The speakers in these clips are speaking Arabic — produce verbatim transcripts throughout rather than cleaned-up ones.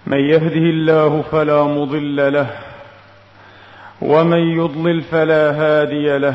من يهده الله فلا مضل له ومن يضلل فلا هادي له،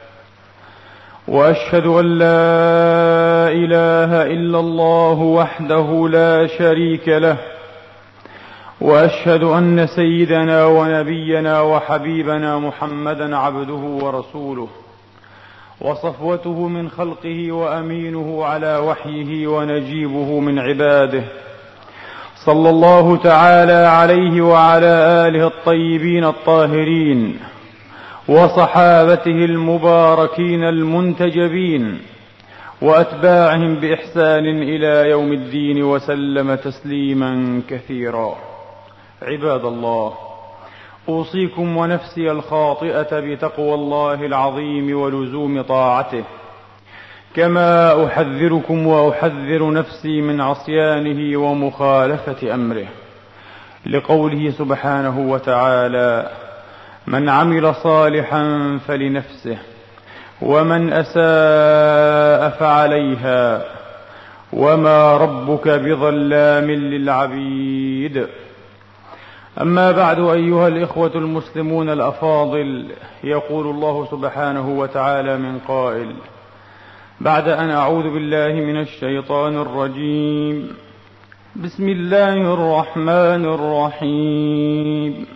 وأشهد أن لا إله إلا الله وحده لا شريك له، وأشهد أن سيدنا ونبينا وحبيبنا محمدا عبده ورسوله وصفوته من خلقه وأمينه على وحيه ونجيبه من عباده، صلى الله تعالى عليه وعلى آله الطيبين الطاهرين وصحابته المباركين المنتجبين وأتباعهم بإحسان إلى يوم الدين وسلم تسليما كثيرا. عباد الله، أوصيكم ونفسي الخاطئة بتقوى الله العظيم ولزوم طاعته، كما أحذركم وأحذر نفسي من عصيانه ومخالفة أمره، لقوله سبحانه وتعالى: من عمل صالحا فلنفسه ومن أساء فعليها وما ربك بظلام للعبيد. أما بعد، أيها الإخوة المسلمون الأفاضل، يقول الله سبحانه وتعالى من قائل: بعد أن أعوذ بالله من الشيطان الرجيم، بسم الله الرحمن الرحيم: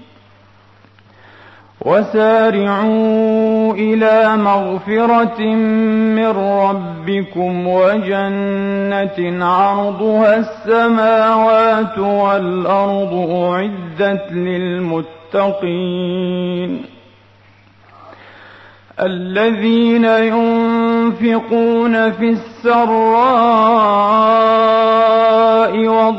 وسارعوا إلى مغفرة من ربكم وجنة عرضها السماوات والأرض أعدت للمتقين الذين ينفقون في السراء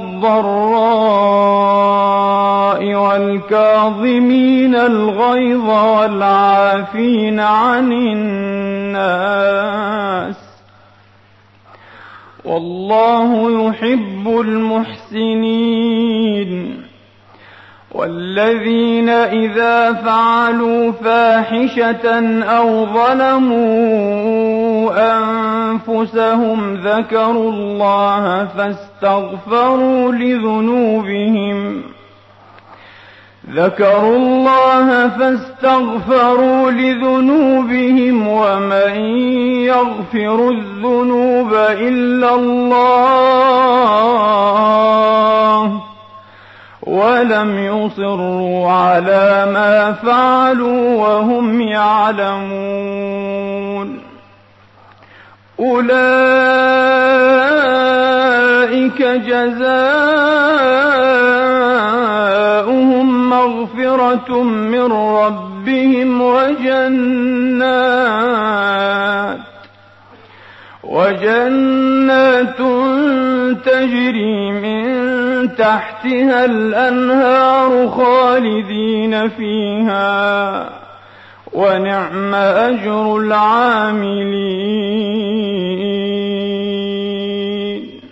والضراء والكاظمين الغيظ والعافين عن الناس، والله يحب المحسنين. والذين إذا فعلوا فاحشة أو ظلموا أنفسهم ذكروا الله فاستغفروا لذنوبهم ذكروا الله فاستغفروا لذنوبهم ومن يغفر الذنوب إلا الله ولم يصروا على ما فعلوا وهم يعلمون، أولئك جزاؤهم مغفرة من ربهم وجنات وجنات تجري من تحتها الأنهار خالدين فيها، ونعم أجر العاملين.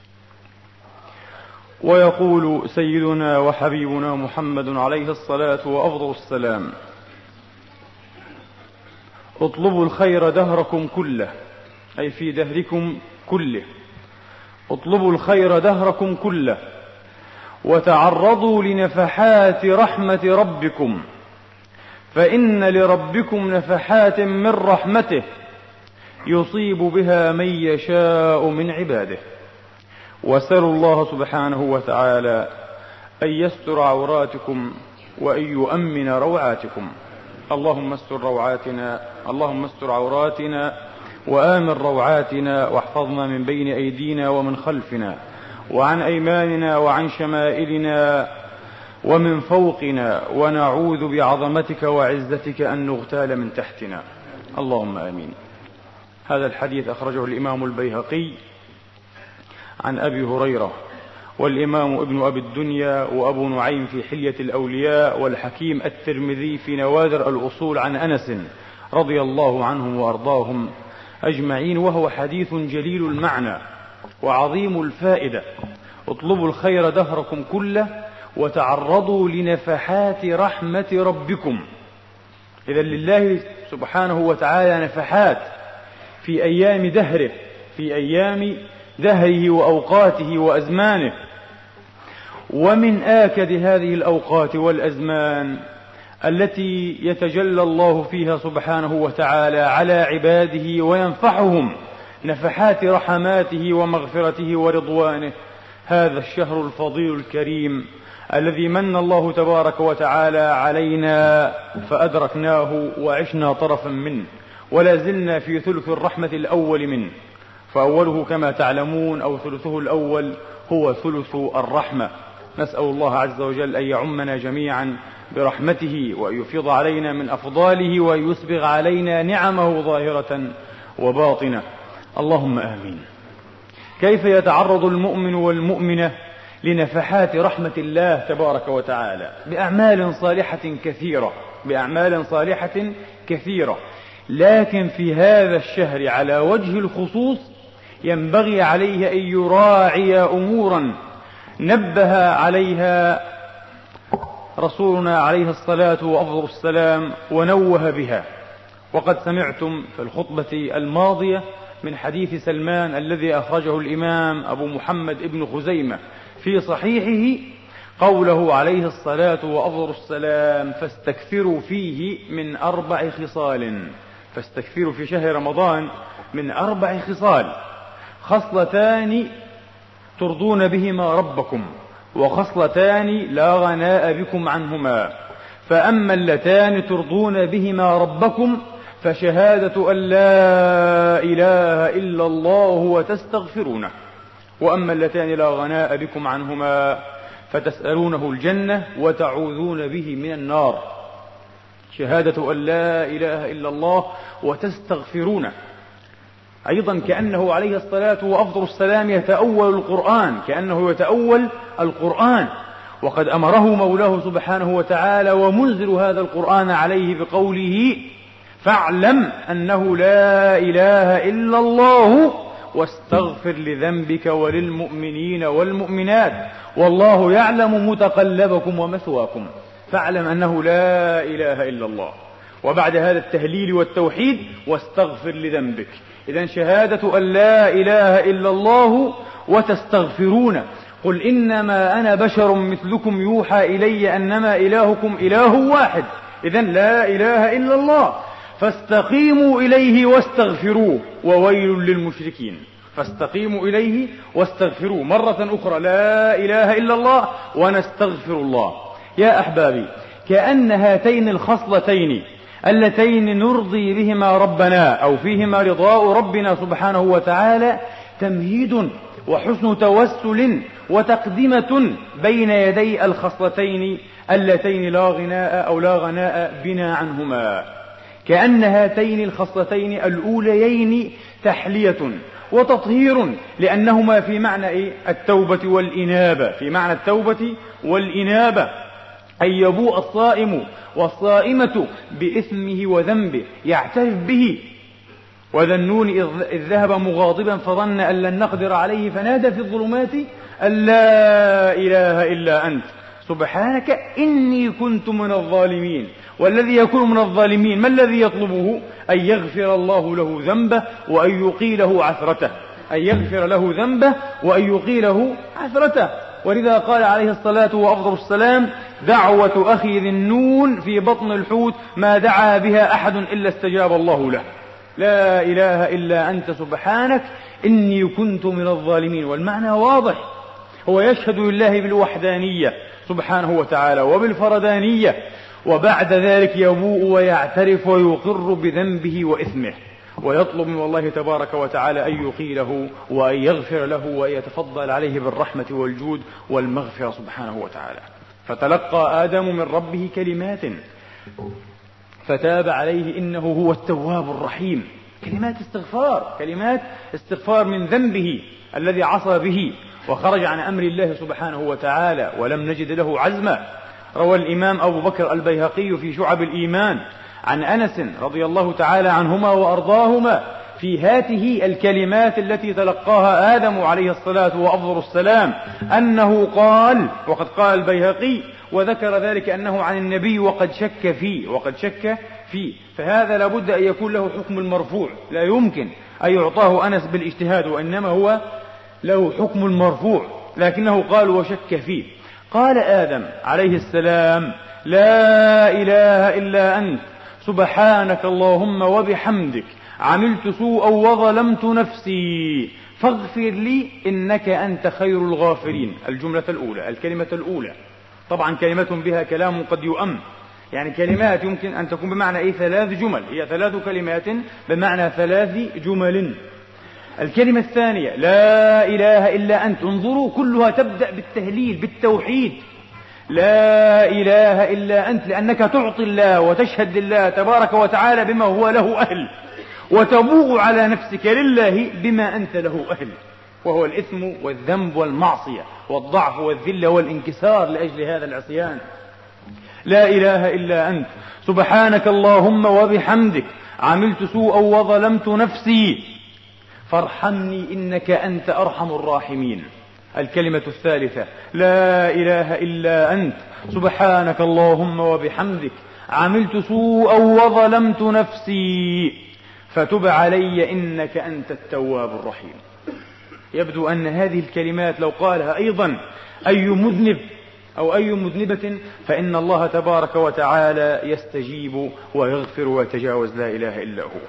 ويقول سيدنا وحبيبنا محمد عليه الصلاة وأفضل السلام: اطلبوا الخير دهركم كله، أي في دهركم كله، اطلبوا الخير دهركم كله، وتعرضوا لنفحات رحمة ربكم، فإن لربكم نفحات من رحمته يصيب بها من يشاء من عباده. واسألوا الله سبحانه وتعالى أن يستر عوراتكم وأن يؤمن روعاتكم. اللهم استر روعاتنا، اللهم استر عوراتنا وآمن روعاتنا، واحفظنا من بين أيدينا ومن خلفنا وعن أيماننا وعن شمائلنا ومن فوقنا، ونعوذ بعظمتك وعزتك أن نغتال من تحتنا، اللهم آمين. هذا الحديث أخرجه الإمام البيهقي عن أبي هريرة، والإمام ابن أبي الدنيا وأبو نعيم في حلية الأولياء، والحكيم الترمذي في نوادر الأصول عن أنس رضي الله عنهم وأرضاهم أجمعين، وهو حديث جليل المعنى وعظيم الفائدة. اطلبوا الخير دهركم كله وتعرضوا لنفحات رحمة ربكم. إذا لله سبحانه وتعالى نفحات في أيام دهره، في أيام دهره وأوقاته وأزمانه، ومن آكد هذه الأوقات والأزمان التي يتجلى الله فيها سبحانه وتعالى على عباده وينفعهم نفحات رحماته ومغفرته ورضوانه هذا الشهر الفضيل الكريم الذي من الله تبارك وتعالى علينا فأدركناه وعشنا طرفا منه، ولا زلنا في ثلث الرحمة الأول منه، فأوله كما تعلمون أو ثلثه الأول هو ثلث الرحمة. نسأل الله عز وجل أن يعمنا جميعا برحمته وأن يفيض علينا من أفضاله وأن يسبغ علينا نعمه ظاهرة وباطنة، اللهم آمين. كيف يتعرض المؤمن والمؤمنة لنفحات رحمة الله تبارك وتعالى؟ بأعمال صالحة كثيرة، بأعمال صالحة كثيرة، لكن في هذا الشهر على وجه الخصوص ينبغي عليه أن يراعي أمورا نبه عليها رسولنا عليه الصلاة وأفضل السلام ونوه بها. وقد سمعتم في الخطبة الماضية من حديث سلمان الذي أخرجه الإمام أبو محمد ابن خزيمة في صحيحه قوله عليه الصلاة وأفضل السلام: فاستكثروا فيه من أربع خصال. فاستكثروا في شهر رمضان من أربع خصال: خصلتان ترضون بهما ربكم، وخصلتان لا غناء بكم عنهما. فأما اللتان ترضون بهما ربكم فشهادة أن لا إله إلا الله وتستغفرونه، وأما اللتان لا غناء بكم عنهما فتسألونه الجنة وتعوذون به من النار. شهادة أن لا إله إلا الله وتستغفرونه. أيضا كأنه عليه الصلاة وأفضل السلام يتأول القرآن، كأنه يتأول القرآن، وقد أمره مولاه سبحانه وتعالى ومنزل هذا القرآن عليه بقوله: فاعلم أنه لا إله إلا الله واستغفر لذنبك وللمؤمنين والمؤمنات والله يعلم متقلبكم ومثواكم. فاعلم أنه لا إله إلا الله، وبعد هذا التهليل والتوحيد: واستغفر لذنبك. إذن شهادة أن لا إله إلا الله وتستغفرون. قل إنما أنا بشر مثلكم يوحى إلي أنما إلهكم إله واحد. إذن لا إله إلا الله، فاستقيموا إليه واستغفروه وويل للمشركين. فاستقيموا إليه واستغفروه. مرة أخرى: لا إله إلا الله ونستغفر الله. يا أحبابي، كأن هاتين الخصلتين اللتين نرضي بهما ربنا أو فيهما رضاء ربنا سبحانه وتعالى تمهيد وحسن توسل وتقدمة بين يدي الخصلتين اللتين لا غناء أو لا غناء بنا عنهما. كأن هاتين الخصلتين الأوليين تحلية وتطهير، لأنهما في معنى إيه؟ التوبة والإنابة، في معنى التوبة والإنابة، أن يبوء الصائم والصائمة بإثمه وذنبه يعترف به. وذا النون إذ ذهب مغاضبا فظن أن لن نقدر عليه فنادى في الظلمات أن لا إله إلا أنت سبحانك إني كنت من الظالمين. والذي يكون من الظالمين ما الذي يطلبه؟ أن يغفر الله له ذنبه وأن يقيله عثرته، أن يغفر له ذنبه وأن يقيله عثرته. ولذا قال عليه الصلاة وأفضل السلام: دعوة أخي ذي النون في بطن الحوت ما دعا بها أحد إلا استجاب الله له. لا إله إلا أنت سبحانك إني كنت من الظالمين. والمعنى واضح، هو يشهد لله بالوحدانية سبحانه وتعالى وبالفردانية، وبعد ذلك يبوء ويعترف ويقر بذنبه وإثمه، ويطلب من الله تبارك وتعالى أن يقيله وأن يغفر له وأن يتفضل عليه بالرحمة والجود والمغفرة سبحانه وتعالى. فتلقى آدم من ربه كلمات فتاب عليه إنه هو التواب الرحيم. كلمات استغفار، كلمات استغفار من ذنبه الذي عصى به وخرج عن أمر الله سبحانه وتعالى ولم نجد له عزما. روى الإمام أبو بكر البيهقي في شعب الإيمان عن أنس رضي الله تعالى عنهما وأرضاهما في هاته الكلمات التي تلقاها آدم عليه الصلاة وأفضل السلام أنه قال، وقد قال البيهقي وذكر ذلك أنه عن النبي وقد شك فيه وقد شك فيه فهذا لابد أن يكون له حكم المرفوع، لا يمكن أن يعطاه أنس بالاجتهاد، وإنما هو له حكم المرفوع، لكنه قال وشك فيه. قال آدم عليه السلام: لا إله إلا أنت سبحانك اللهم وبحمدك عملت سوءا وظلمت نفسي فاغفر لي إنك أنت خير الغافرين. الجملة الأولى، الكلمة الأولى. طبعا كلمة بها كلام قد يؤم، يعني كلمات يمكن أن تكون بمعنى أي ثلاث جمل، هي ثلاث كلمات بمعنى ثلاث جمل. الكلمة الثانية: لا إله إلا أنت. انظروا كلها تبدأ بالتهليل بالتوحيد. لا إله إلا أنت، لأنك تعطي الله وتشهد لله تبارك وتعالى بما هو له أهل، وتبوء على نفسك لله بما أنت له أهل، وهو الإثم والذنب والمعصية والضعف والذلة والانكسار لأجل هذا العصيان. لا إله إلا أنت سبحانك اللهم وبحمدك عملت سوءا وظلمت نفسي فارحمني إنك أنت أرحم الراحمين. الكلمة الثالثة: لا إله إلا أنت سبحانك اللهم وبحمدك عملت سوءا وظلمت نفسي فتب علي إنك أنت التواب الرحيم. يبدو أن هذه الكلمات لو قالها أيضا أي مذنب أو أي مذنبة فإن الله تبارك وتعالى يستجيب ويغفر ويتجاوز. لا إله إلا هو،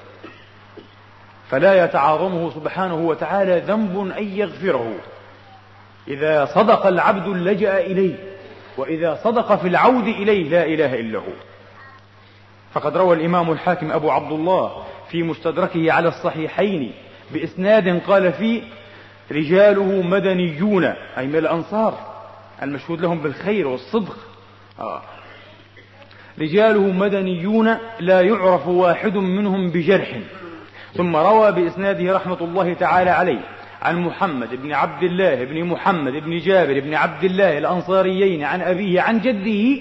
فلا يتعاظمه سبحانه وتعالى ذنب أن يغفره. إذا صدق العبد لجأ إليه، وإذا صدق في العود إليه لا إله إلا هو. فقد روى الإمام الحاكم أبو عبد الله في مستدركه على الصحيحين بإسناد قال فيه: رجاله مدنيون، أي من الأنصار المشهود لهم بالخير والصدق. آه. رجاله مدنيون لا يعرف واحد منهم بجرح. ثم روى بإسناده رحمة الله تعالى عليه عن محمد بن عبد الله بن محمد بن جابر بن عبد الله الأنصاريين عن أبيه عن جده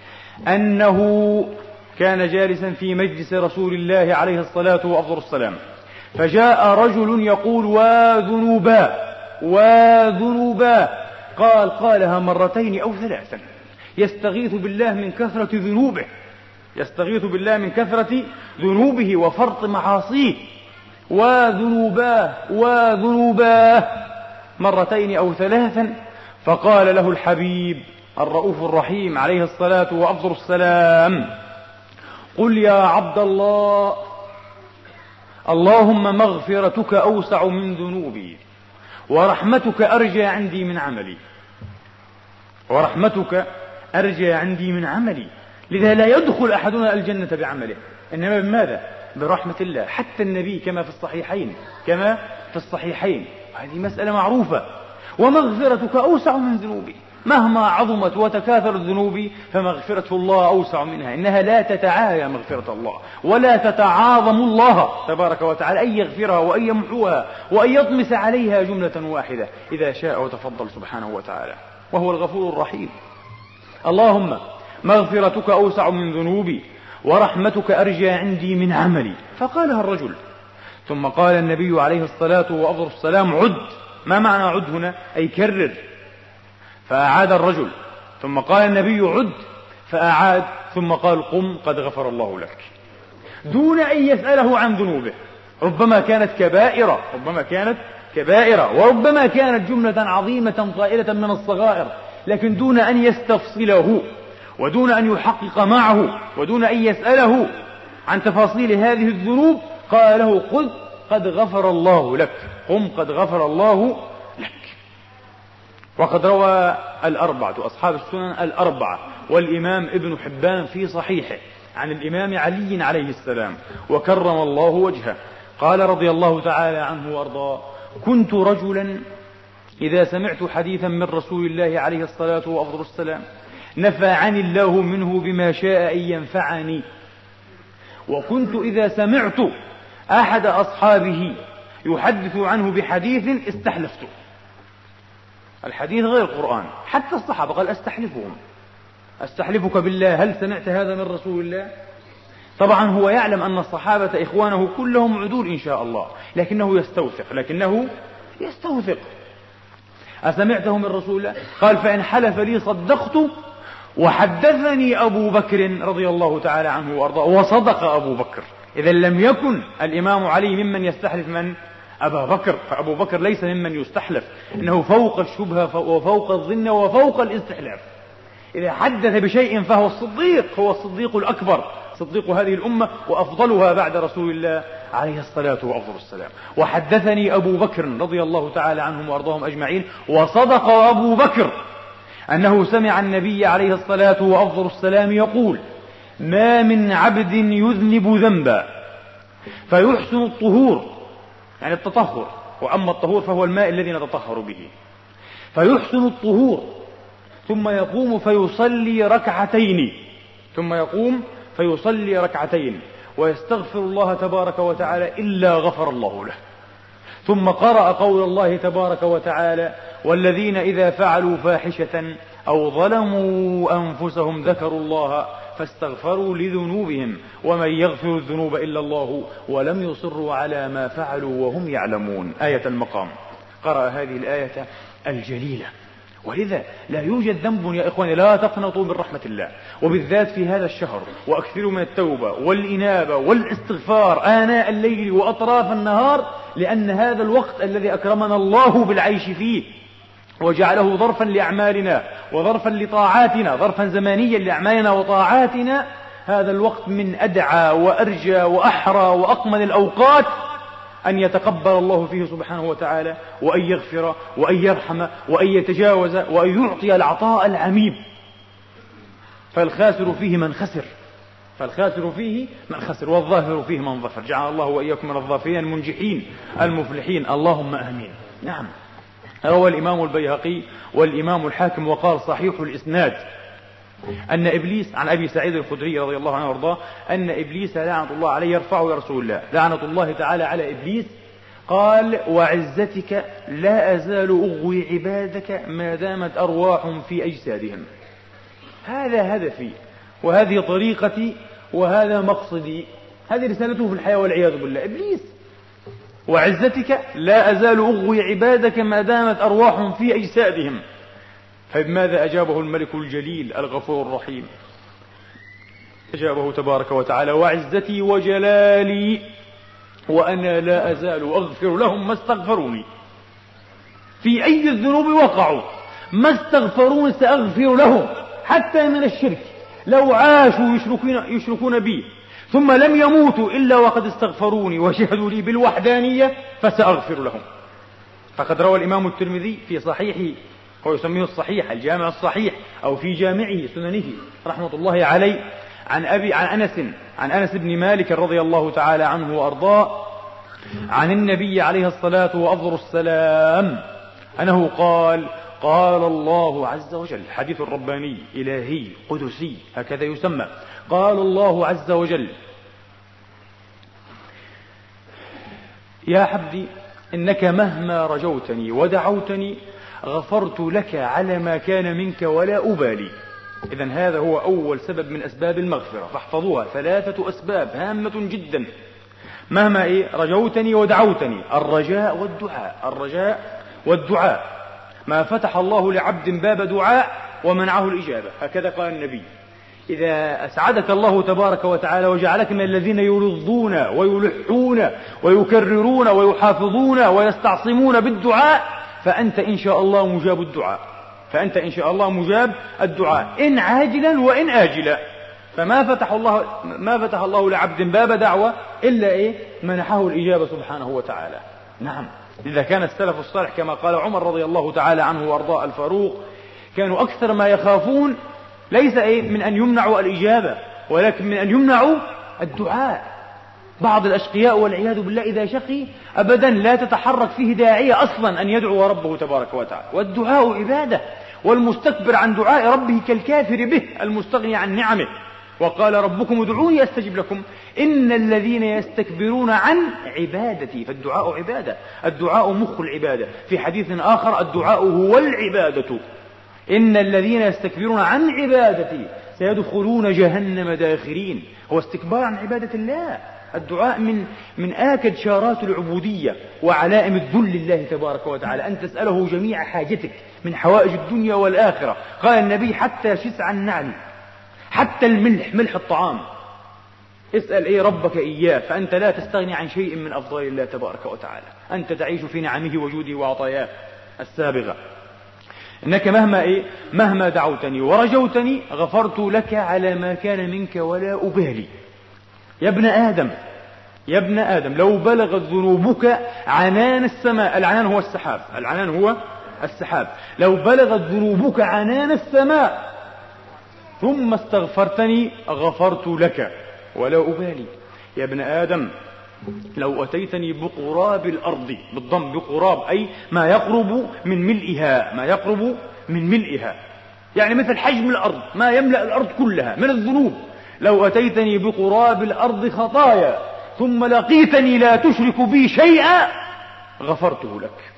أنه كان جالسا في مجلس رسول الله عليه الصلاة والسلام، فجاء رجل يقول: وذنوبا وذنوبا. قال قالها مرتين أو ثلاثا، يستغيث بالله من كثرة ذنوبه، يستغيث بالله من كثرة ذنوبه وفرط معاصيه. وذنوباه وذنوباه مرتين أو ثلاثا. فقال له الحبيب الرؤوف الرحيم عليه الصلاة وأفضل السلام: قل يا عبد الله اللهم مغفرتك أوسع من ذنوبي ورحمتك أرجى عندي من عملي، ورحمتك أرجى عندي من عملي. لذا لا يدخل أحدنا الجنة بعمله، إنما بماذا؟ برحمة الله. حتى النبي كما في الصحيحين كما في الصحيحين هذه مسألة معروفة. ومغفرتك أوسع من ذنوبي، مهما عظمت وتكاثرت ذنوبي فمغفرة الله أوسع منها. إنها لا تتعايا مغفرة الله ولا تتعاظم الله تبارك وتعالى أن يغفرها وأن يمحوها وأن يطمس عليها جملة واحدة إذا شاء وتفضل سبحانه وتعالى، وهو الغفور الرحيم. اللهم مغفرتك أوسع من ذنوبي ورحمتك أرجى عندي من عملي. فقالها الرجل. ثم قال النبي عليه الصلاة والسلام: عد. ما معنى عد هنا؟ أي كرر. فأعاد الرجل. ثم قال النبي: عد. فأعاد. ثم قال: قم قد غفر الله لك، دون أن يسأله عن ذنوبه. ربما كانت كبائر، ربما كانت كبائر وربما كانت جملة عظيمة طائلة من الصغائر، لكن دون أن يستفصله ودون أن يحقق معه ودون أن يسأله عن تفاصيل هذه الذنوب قال له: خذ قد غفر الله لك، قم قد غفر الله لك. وقد روى الأربعة أصحاب السنن الأربعة والإمام ابن حبان في صحيحه عن الإمام علي عليه السلام وكرم الله وجهه قال رضي الله تعالى عنه وأرضاه: كنت رجلا إذا سمعت حديثا من رسول الله عليه الصلاة والسلام نفعني الله منه بما شاء أن ينفعني، وكنت إذا سمعت أحد أصحابه يحدث عنه بحديث استحلفته. الحديث غير القرآن، حتى الصحابة قال: أستحلفهم، أستحلفك بالله هل سمعت هذا من رسول الله؟ طبعا هو يعلم أن الصحابة إخوانه كلهم عدول إن شاء الله، لكنه يستوثق لكنه يستوثق أسمعته من رسول الله؟ قال: فإن حلف لي صدقت، وحدثني أبو بكر رضي الله تعالى عنه وأرضاه، وصدق أبو بكر. إذا لم يكن الإمام علي ممن يستحلف من أبا بكر، فأبو بكر ليس ممن يستحلف، إنه فوق الشبهة وفوق الظن وفوق الاستحلاف. إذا حدث بشيء فهو الصديق، هو الصديق الأكبر، صديق هذه الأمة وأفضلها بعد رسول الله عليه الصلاة وأفضل السلام. وحدثني أبو بكر رضي الله تعالى عنهم وأرضاهم أجمعين، وصدق أبو بكر، أنه سمع النبي عليه الصلاة وأفضل السلام يقول: ما من عبد يذنب ذنبا فيحسن الطهور، يعني التطهر، وأما الطهور فهو الماء الذي نتطهر به، فيحسن الطهور ثم يقوم فيصلي ركعتين ثم يقوم فيصلي ركعتين ويستغفر الله تبارك وتعالى إلا غفر الله له. ثم قرأ قول الله تبارك وتعالى: والذين إذا فعلوا فاحشة أو ظلموا أنفسهم ذكروا الله فاستغفروا لذنوبهم ومن يغفر الذنوب إلا الله ولم يصروا على ما فعلوا وهم يعلمون. آية المقام. قرأ هذه الآية الجليلة. ولذا لا يوجد ذنب يا إخواني، لا تقنطوا من رحمة الله، وبالذات في هذا الشهر، وأكثروا من التوبة والإنابة والاستغفار آناء الليل وأطراف النهار، لأن هذا الوقت الذي أكرمنا الله بالعيش فيه وجعله ظرفا لأعمالنا وظرفا لطاعاتنا، ظرفا زمانيا لأعمالنا وطاعاتنا، هذا الوقت من أدعى وأرجى وأحرى وأقمن الأوقات أن يتقبل الله فيه سبحانه وتعالى، وأن يغفر وأن يرحم وأن يتجاوز وأن يعطي العطاء العميم. فالخاسر فيه من خسر فالخاسر فيه من خسر والظافر فيه من ظفر. جعل الله وإياكم من الظافرين المنجحين المفلحين، اللهم آمين. نعم. روى الإمام البيهقي والإمام الحاكم وقال صحيح الإسناد أن إبليس، عن أبي سعيد الخدري رضي الله عنه وارضاه، أن إبليس لعنة الله عليه يرفعه يا رسول الله، لعنة الله تعالى على إبليس، قال: وعزتك لا أزال أغوي عبادك ما دامت أرواحهم في أجسادهم. هذا هدفي وهذه طريقتي وهذا مقصدي، هذه رسالته في الحياة والعياذ بالله. إبليس: وعزتك لا أزال أغوي عبادك ما دامت أرواحهم في أجسادهم. فبماذا أجابه الملك الجليل الغفور الرحيم؟ أجابه تبارك وتعالى: وعزتي وجلالي وأنا لا أزال أغفر لهم ما استغفروني. في أي الذنوب وقعوا ما استغفرون سأغفر لهم، حتى من الشرك لو عاشوا يشركون, يشركون بي ثم لم يموتوا إلا وقد استغفروني وشهدوا لي بالوحدانية فسأغفر لهم. فقد روى الإمام الترمذي في صحيحه، هو يسميه الصحيح، الجامع الصحيح، أو في جامعه سننه رحمة الله عليه، عن أبي عن أنس عن أنس بن مالك رضي الله تعالى عنه وأرضاه عن النبي عليه الصلاة وأفضل السلام أنه قال: قال الله عز وجل، حديث رباني إلهي قدسي هكذا يسمى، قال الله عز وجل: يا عبدي إنك مهما رجوتني ودعوتني غفرت لك على ما كان منك ولا أبالي. إذن هذا هو أول سبب من أسباب المغفرة، فاحفظوها، ثلاثة أسباب هامة جدا. مهما إيه؟ رجوتني ودعوتني، الرجاء والدعاء، الرجاء والدعاء. ما فتح الله لعبد باب دعاء ومنعه الإجابة، هكذا قال النبي: إذا أسعدك الله تبارك وتعالى وجعلك من الذين يرضون ويلحون ويكررون ويحافظون ويستعصمون بالدعاء، فأنت إن شاء الله مجاب الدعاء فأنت إن شاء الله مجاب الدعاء إن عاجلا وإن آجلا. فما فتح الله ما فتح الله لعبد باب دعوة إلا إيه؟ منحه الإجابة سبحانه وتعالى. نعم. إذا كان السلف الصالح كما قال عمر رضي الله تعالى عنه وأرضاه الفاروق، كانوا أكثر ما يخافون ليس إيه من أن يمنعوا الإجابة، ولكن من أن يمنعوا الدعاء. بعض الأشقياء والعياذ بالله إذا شقي أبدا لا تتحرك فيه داعية أصلا أن يدعو ربه تبارك وتعالى. والدعاء عبادة، والمستكبر عن دعاء ربه كالكافر به المستغني عن نعمه. وقال ربكم ادعوني أستجب لكم إن الذين يستكبرون عن عبادتي. فالدعاء عبادة، الدعاء مخ العبادة. في حديث آخر: الدعاء هو العبادة، إن الذين يستكبرون عن عبادتي سيدخلون جهنم داخرين. هو استكبار عن عبادة الله. الدعاء من من آكد شارات العبودية وعلائم الذل لله تبارك وتعالى، أن تسأله جميع حاجتك من حوائج الدنيا والآخرة. قال النبي: حتى شسع النعل، حتى الملح، ملح الطعام، اسأل إيه ربك إياه، فأنت لا تستغني عن شيء من أفضال الله تبارك وتعالى. أنت تعيش في نعمه وجوده وعطاياه السابغة. إنك مهما إيه مهما دعوتني ورجوتني غفرت لك على ما كان منك ولا أبالي. يا ابن آدم يا ابن آدم لو بلغت ذنوبك عنان السماء، العنان هو السحاب، العنان هو السحاب، لو بلغت ذنوبك عنان السماء ثم استغفرتني غفرت لك ولا أبالي. يا ابن آدم لو أتيتني بقراب الأرض، بالضم بقراب أي ما يقرب من ملئها، ما يقرب من ملئها يعني مثل حجم الأرض، ما يملأ الأرض كلها من الذنوب، لو أتيتني بقراب الأرض خطايا ثم لقيتني لا تشرك بي شيئا غفرته لك.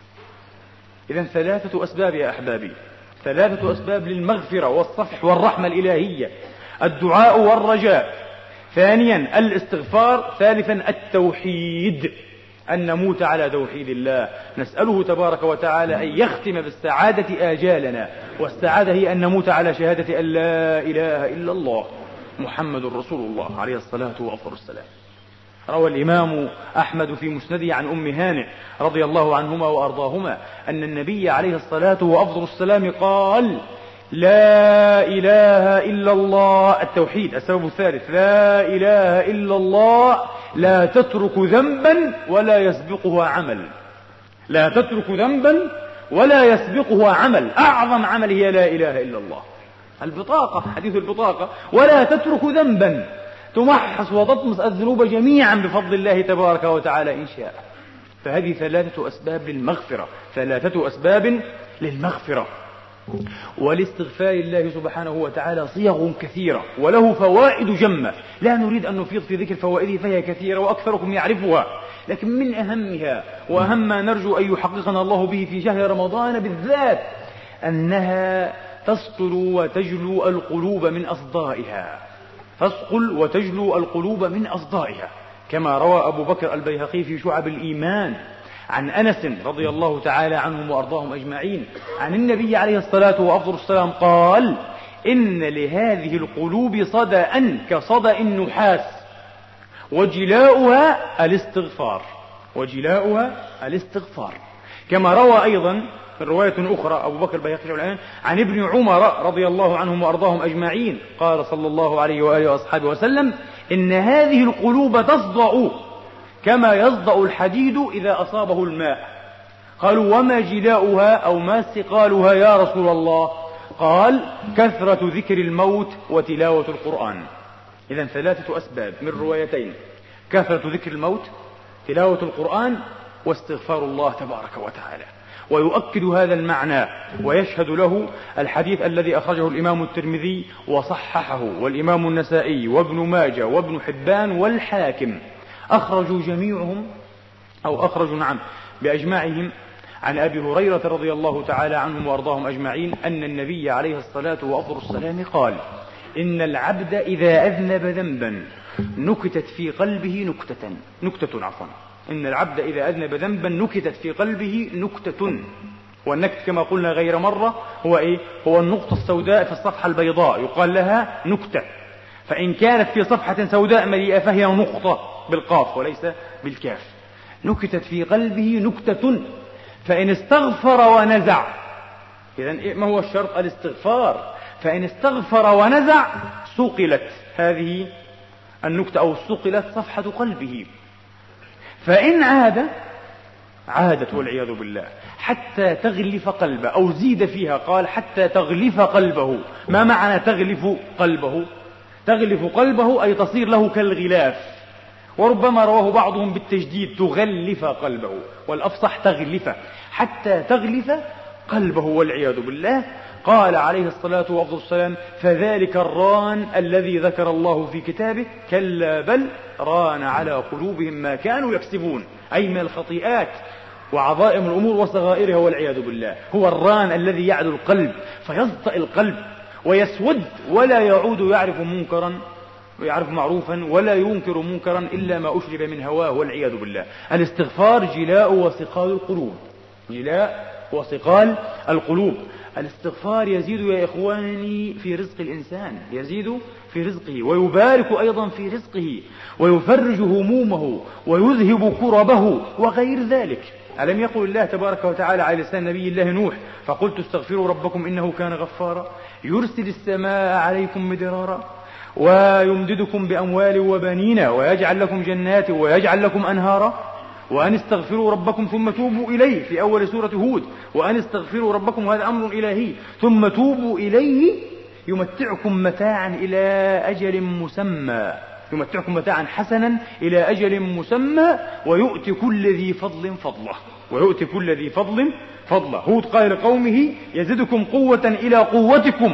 إذن ثلاثة أسباب يا أحبابي، ثلاثة أسباب للمغفرة والصفح والرحمة الإلهية: الدعاء والرجاء، ثانيا الاستغفار، ثالثا التوحيد، أن نموت على توحيد الله. نسأله تبارك وتعالى أن يختم بالسعادة آجالنا، والسعادة هي أن نموت على شهادة أن لا إله إلا الله محمد رسول الله عليه الصلاة والسلام. روى الإمام أحمد في مسنده عن أم هانئ رضي الله عنهما وأرضاهما أن النبي عليه الصلاة والسلام قال: لا إله إلا الله، التوحيد السبب الثالث، لا إله إلا الله لا تترك ذنبا ولا يسبقها عمل، لا تترك ذنبا ولا يسبقها عمل، أعظم عمل هي لا إله إلا الله، البطاقة، حديث البطاقة، ولا تترك ذنبا، تمحص وتطمس الذنوب جميعا بفضل الله تبارك وتعالى إن شاء. فهذه ثلاثة أسباب للمغفرة، ثلاثة أسباب للمغفرة. والاستغفار الله سبحانه وتعالى صيغ كثيرة وله فوائد جمة، لا نريد أن نفيض في ذكر فوائده فهي كثيرة وأكثركم يعرفها، لكن من أهمها وأهم ما نرجو أن يحققنا الله به في شهر رمضان بالذات أنها تسطل وتجلو القلوب من أصدائها، تسقل وتجلو القلوب من أصدائها، كما روى أبو بكر البيهقي في شعب الإيمان عن أنس رضي الله تعالى عنهم وأرضاهم أجمعين عن النبي عليه الصلاة والسلام قال: إن لهذه القلوب صدأ كصدأ النحاس وجلاؤها الاستغفار، وجلاؤها الاستغفار. كما روى أيضا من رواية أخرى أبو بكر البيهقي الآن عن ابن عمر رضي الله عنهم وأرضاهم أجمعين قال صلى الله عليه وآله وأصحابه وسلم: إن هذه القلوب تصدأ كما يصدأ الحديد إذا أصابه الماء. قالوا: وما جلاؤها أو ما استقالها يا رسول الله؟ قال: كثرة ذكر الموت وتلاوة القرآن. إذن ثلاثة أسباب من روايتين: كثرة ذكر الموت، تلاوة القرآن، واستغفار الله تبارك وتعالى. ويؤكد هذا المعنى ويشهد له الحديث الذي أخرجه الإمام الترمذي وصححه والإمام النسائي وابن ماجه وابن حبان والحاكم، أخرجوا جميعهم أو أخرجوا نعم بأجماعهم عن أبي هريرة رضي الله تعالى عنهم وأرضاهم أجمعين أن النبي عليه الصلاة والسلام قال: إن العبد إذا أذنب ذنبا نكتت في قلبه نكتة نكتة عفوا إن العبد إذا أذنب ذنبا نكتت في قلبه نكتة. والنكت كما قلنا غير مرة هو إيه؟ هو النقطة السوداء في الصفحة البيضاء يقال لها نكتة، فإن كانت في صفحة سوداء مليئة فهي نقطة بالقاف وليس بالكاف. نكتت في قلبه نكتة فإن استغفر ونزع، إذن ما هو الشرط؟ الاستغفار. فإن استغفر ونزع سقلت هذه النكتة أو سقلت صفحة قلبه، فإن عاد عادت والعياذ بالله حتى تغلف قلبه، أو زيد فيها قال حتى تغلف قلبه. ما معنى تغلف قلبه؟ تغلف قلبه أي تصير له كالغلاف، وربما رواه بعضهم بالتجديد تغلف قلبه، والأفصح تغلفه، حتى تغلف قلبه والعياذ بالله. قال عليه الصلاة والسلام: فذلك الران الذي ذكر الله في كتابه كلا بل ران على قلوبهم ما كانوا يكسبون، أي من الخطيئات وعظائم الأمور وصغائرها والعياذ بالله. هو الران الذي يعدو القلب فيصدأ القلب ويسود ولا يعود يعرف منكرا ويعرف معروفا ولا ينكر منكرا إلا ما أشرب من هواه والعياذ بالله. الاستغفار جلاء وصقال القلوب، جلاء وصقال القلوب. الاستغفار يزيد يا إخواني في رزق الإنسان، يزيد في رزقه، ويبارك أيضا في رزقه، ويفرج همومه، ويذهب كربه وغير ذلك. ألم يقل الله تبارك وتعالى على لسان نبي الله نوح: فقلت استغفروا ربكم إنه كان غفارا يرسل السماء عليكم مدرارا ويمددكم بأموال وبنين ويجعل لكم جنات ويجعل لكم أنهارا وأن استغفروا ربكم ثم توبوا إليه في أول سورة هود، وأن استغفروا ربكم، هذا أمر إلهي، ثم توبوا إليه يمتعكم متاعا إلى أجل مسمى، يمتعكم متاعا حسنا إلى أجل مسمى ويؤتي كل ذي فضل فضله، ويؤتي كل ذي فضل فضله. هود قال لقومه: يزدكم قوة إلى قوتكم.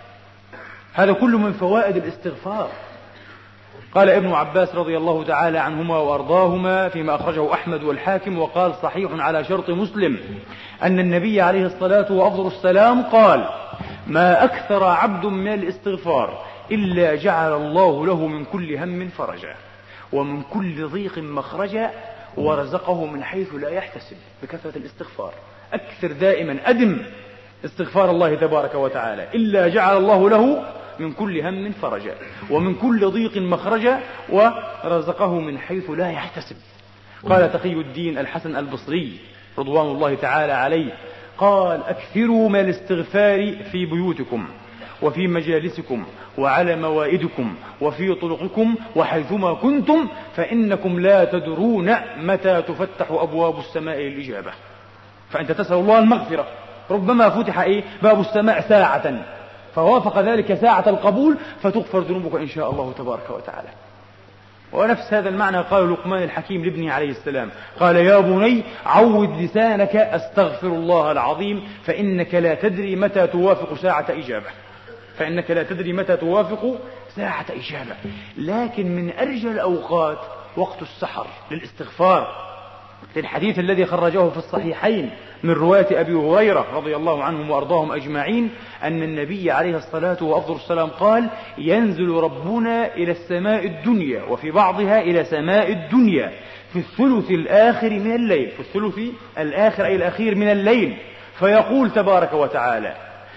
هذا كله من فوائد الاستغفار. قال ابن عباس رضي الله تعالى عنهما وأرضاهما فيما أخرجه أحمد والحاكم وقال صحيح على شرط مسلم أن النبي عليه الصلاة وأفضل السلام قال: ما أكثر عبد من الاستغفار إلا جعل الله له من كل هم فرجا ومن كل ضيق مخرجا ورزقه من حيث لا يحتسب. بكثرة الاستغفار، أكثر دائما، أدم استغفار الله تبارك وتعالى. إلا جعل الله له من كل هم فرجا ومن كل ضيق مخرجا ورزقه من حيث لا يحتسب. قال تقي الدين الحسن البصري رضوان الله تعالى عليه: قال: أكثروا من الاستغفار في بيوتكم وفي مجالسكم وعلى موائدكم وفي طرقكم وحيثما كنتم، فإنكم لا تدرون متى تفتح أبواب السماء للإجابة. فأنت تسأل الله المغفرة، ربما فتح إيه؟ باب السماء ساعة فوافق ذلك ساعة القبول فتغفر ذنوبك إن شاء الله تبارك وتعالى. ونفس هذا المعنى قال لقمان الحكيم لابنه عليه السلام، قال: يا بني عود لسانك أستغفر الله العظيم فإنك لا تدري متى توافق ساعة إجابة، فإنك لا تدري متى توافق ساعة إجابة. لكن من أرجى الأوقات وقت السحر للاستغفار، في الحديث الذي خرجه في الصحيحين من رواية أبي هريرة رضي الله عنهم وأرضاهم أجمعين أن النبي عليه الصلاة وأفضل السلام قال: ينزل ربنا إلى السماء الدنيا وفي بعضها إلى سماء الدنيا في الثلث الآخر من الليل، في الثلث الآخر أي الأخير من الليل، فيقول تبارك وتعالى: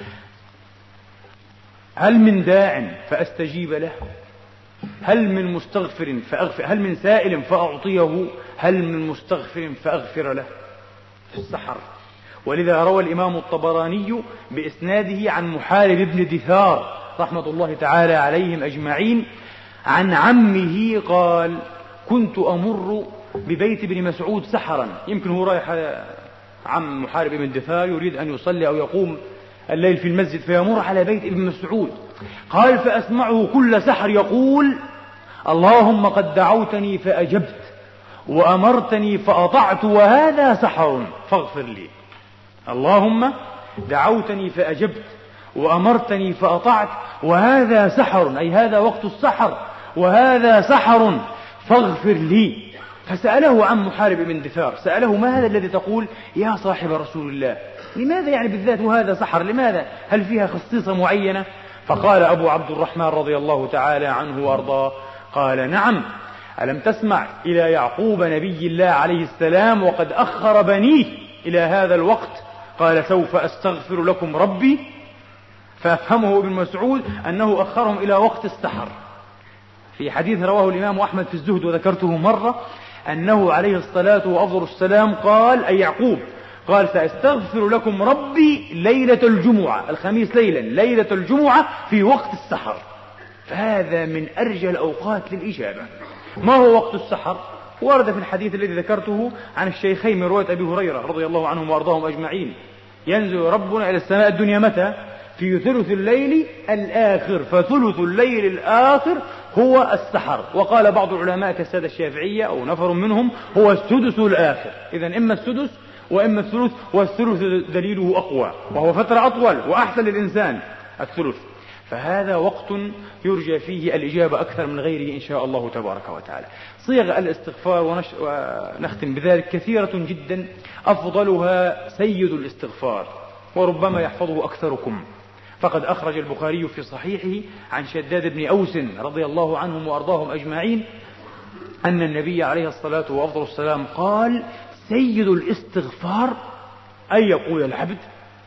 هل من داع فأستجيب له، هل من مستغفر فأغفر، هل من سائل فأعطيه، هل من مستغفر فأغفر له، في السحر. ولذا روى الإمام الطبراني بإسناده عن محارب بن دثار رحمة الله تعالى عليهم أجمعين عن عمه قال: كنت أمر ببيت ابن مسعود سحرا، يمكن هو رايح عم محارب بن دثار يريد أن يصلي أو يقوم الليل في المسجد، فيمر على بيت ابن مسعود، قال: فأسمعه كل سحر يقول: اللهم قد دعوتني فأجبت وأمرتني فأطعت وهذا سحر فاغفر لي. اللهم دعوتني فأجبت وأمرتني فأطعت وهذا سحر، أي هذا وقت السحر، وهذا سحر فاغفر لي. فسأله عن محارب بن دثار، سأله: ما هذا الذي تقول يا صاحب رسول الله؟ لماذا يعني بالذات وهذا سحر؟ لماذا؟ هل فيها خصيصة معينة؟ فقال أبو عبد الرحمن رضي الله تعالى عنه وأرضاه: قال: نعم، ألم تسمع إلى يعقوب نبي الله عليه السلام وقد أخر بنيه إلى هذا الوقت؟ قال: سوف أستغفر لكم ربي. فأفهمه ابن مسعود أنه أخرهم إلى وقت السحر. في حديث رواه الإمام أحمد في الزهد وذكرته مرة أنه عليه الصلاة وأفضل السلام قال، أي يعقوب قال: سأستغفر لكم ربي ليلة الجمعة، الخميس ليلا، ليلة الجمعة في وقت السحر. فهذا من أرجى الأوقات للإجابة. ما هو وقت السحر؟ ورد في الحديث الذي ذكرته عن الشيخين من رواية أبي هريرة رضي الله عنهم وأرضاهم أجمعين: ينزل ربنا إلى السماء الدنيا متى؟ في ثلث الليل الآخر، فثلث الليل الآخر هو السحر. وقال بعض العلماء كالسادة الشافعية أو نفر منهم هو السدس الآخر. إذن إما السدس وإما الثلث، والثلث دليله أقوى وهو فترة أطول وأحسن للإنسان الثلث. فهذا وقت يرجى فيه الإجابة أكثر من غيره إن شاء الله تبارك وتعالى. صيغ الاستغفار ونش... ونختم بذلك كثيرة جدا، أفضلها سيد الاستغفار وربما يحفظه أكثركم. فقد أخرج البخاري في صحيحه عن شداد بن أوس رضي الله عنهم وأرضاهم أجمعين أن النبي عليه الصلاة والسلام قال: سيد الاستغفار أن يقول العبد: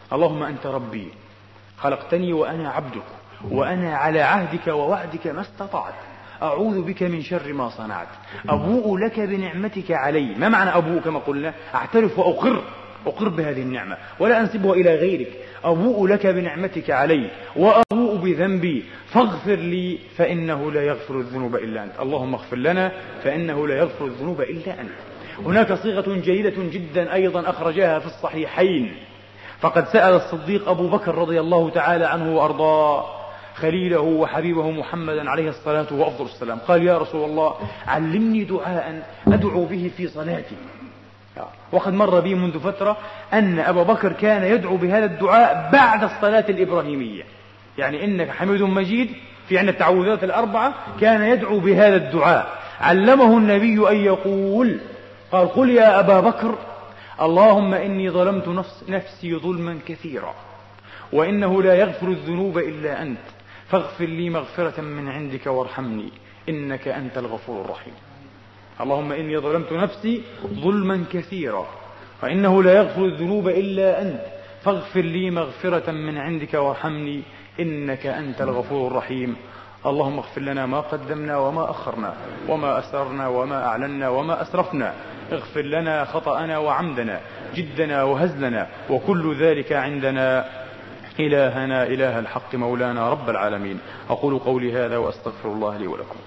اللهم أنت ربي خلقتني وأنا عبدك وأنا على عهدك ووعدك ما استطعت، أعوذ بك من شر ما صنعت، أبوء لك بنعمتك علي. ما معنى أبوء؟ كما قلنا أعترف وأقر، أقر بهذه النعمة ولا أنسبها إلى غيرك. أبوء لك بنعمتك علي وأبوء بذنبي فاغفر لي فإنه لا يغفر الذنوب إلا أنت. اللهم اغفر لنا فإنه لا يغفر الذنوب إلا أنت. هناك صيغة جيدة جدا أيضا أخرجها في الصحيحين، فقد سأل الصديق أبو بكر رضي الله تعالى عنه وأرضاه خليله وحبيبه محمدا عليه الصلاة وأفضل السلام، قال يا رسول الله علمني دعاء أدعو به في صلاتي. وقد مر بي منذ فترة أن أبا بكر كان يدعو بهذا الدعاء بعد الصلاة الإبراهيمية، يعني إنك حميد مجيد في عند التعوذات الأربعة كان يدعو بهذا الدعاء. علمه النبي أن يقول، قال قل يا أبا بكر اللهم إني ظلمت نفس نفسي ظلما كثيرا وإنه لا يغفر الذنوب إلا أنت فاغفر لي مغفرة من عندك وارحمني إنك أنت الغفور الرحيم. اللهم إني ظلمت نفسي ظلما كثيرا وإنه لا يغفر الذنوب إلا أنت فاغفر لي مغفرة من عندك وارحمني إنك أنت الغفور الرحيم. اللهم اغفر لنا ما قدمنا وما أخرنا وما أسررنا وما أعلنا وما أسرفنا، اغفر لنا خطأنا وعمدنا جدنا وهزلنا وكل ذلك عندنا إلهنا إله الحق مولانا رب العالمين. أقول قولي هذا وأستغفر الله لي ولكم.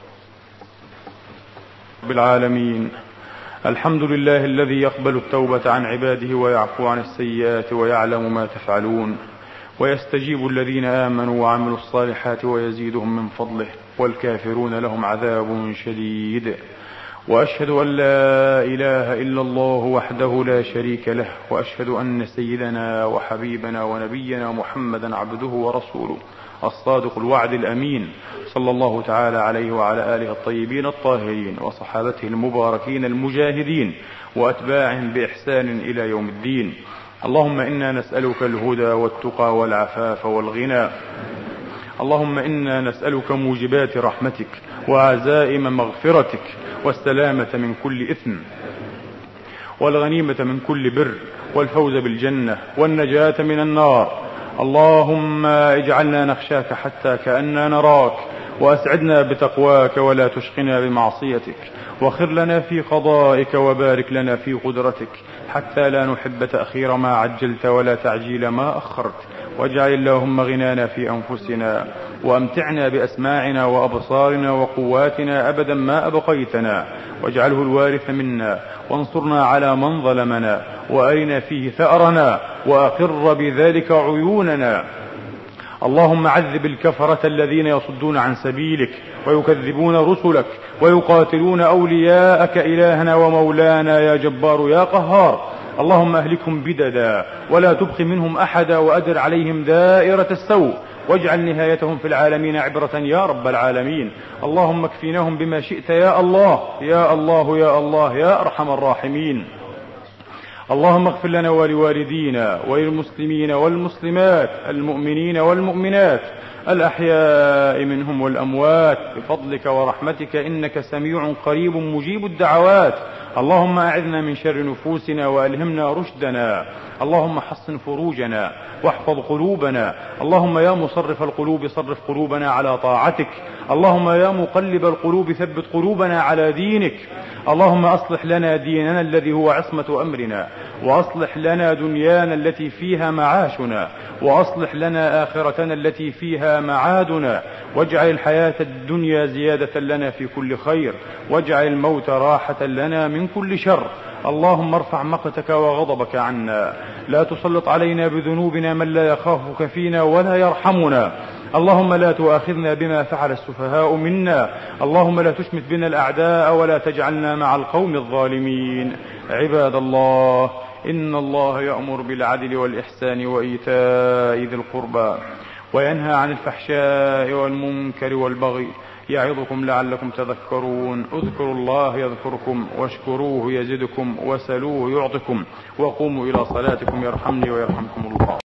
رب العالمين، الحمد لله الذي يقبل التوبة عن عباده ويعفو عن السيئات ويعلم ما تفعلون ويستجيب الذين آمنوا وعملوا الصالحات ويزيدهم من فضله والكافرون لهم عذاب شديد. وأشهد أن لا إله إلا الله وحده لا شريك له، وأشهد أن سيدنا وحبيبنا ونبينا محمدا عبده ورسوله الصادق الوعد الأمين، صلى الله تعالى عليه وعلى آله الطيبين الطاهرين وصحابته المباركين المجاهدين وأتباعهم بإحسان إلى يوم الدين. اللهم إنا نسألك الهدى والتقى والعفاف والغنى. اللهم إنا نسألك موجبات رحمتك وعزائم مغفرتك والسلامة من كل إثم والغنيمة من كل بر والفوز بالجنة والنجاة من النار. اللهم اجعلنا نخشاك حتى كأننا نراك، وأسعدنا بتقواك ولا تشقنا بمعصيتك، وخر لنا في قضائك وبارك لنا في قدرتك حتى لا نحب تأخير ما عجلت ولا تعجيل ما أخرت. واجعل اللهم غنانا في أنفسنا وأمتعنا بأسماعنا وأبصارنا وقواتنا أبدا ما أبقيتنا، واجعله الوارث منا وانصرنا على من ظلمنا وأرنا فيه ثأرنا وأقر بذلك عيوننا. اللهم عذب الكفرة الذين يصدون عن سبيلك ويكذبون رسلك ويقاتلون أولياءك إلهنا ومولانا يا جبار يا قهار. اللهم أهلكهم بددا ولا تبق منهم أحدا وأدر عليهم دائرة السوء، واجعل نهايتهم في العالمين عبرة يا رب العالمين. اللهم اكفيناهم بما شئت يا الله يا الله يا الله يا أرحم الراحمين. اللهم اغفر لنا ولوالدينا وللمسلمين والمسلمات المؤمنين والمؤمنات الأحياء منهم والأموات بفضلك ورحمتك إنك سميع قريب مجيب الدعوات. اللهم أعذنا من شر نفوسنا وألهمنا رشدنا. اللهم حصن فروجنا واحفظ قلوبنا. اللهم يا مصرف القلوب صرف قلوبنا على طاعتك. اللهم يا مقلب القلوب ثبت قلوبنا على دينك. اللهم أصلح لنا ديننا الذي هو عصمة أمرنا، وأصلح لنا دنيانا التي فيها معاشنا، وأصلح لنا آخرتنا التي فيها معادنا، واجعل الحياة الدنيا زيادة لنا في كل خير، واجعل الموت راحة لنا من كل شر. اللهم ارفع مقتك وغضبك عنا، لا تسلط علينا بذنوبنا من لا يخافك فينا ولا يرحمنا. اللهم لا تؤاخذنا بما فعل السفهاء منا. اللهم لا تشمت بنا الأعداء ولا تجعلنا مع القوم الظالمين. عباد الله، إن الله يأمر بالعدل والإحسان وإيتاء ذي القربى وينهى عن الفحشاء والمنكر والبغي يعظكم لعلكم تذكرون. اذكروا الله يذكركم واشكروه يزدكم وسلوه يعطكم وقوموا إلى صلاتكم يرحمني ويرحمكم الله.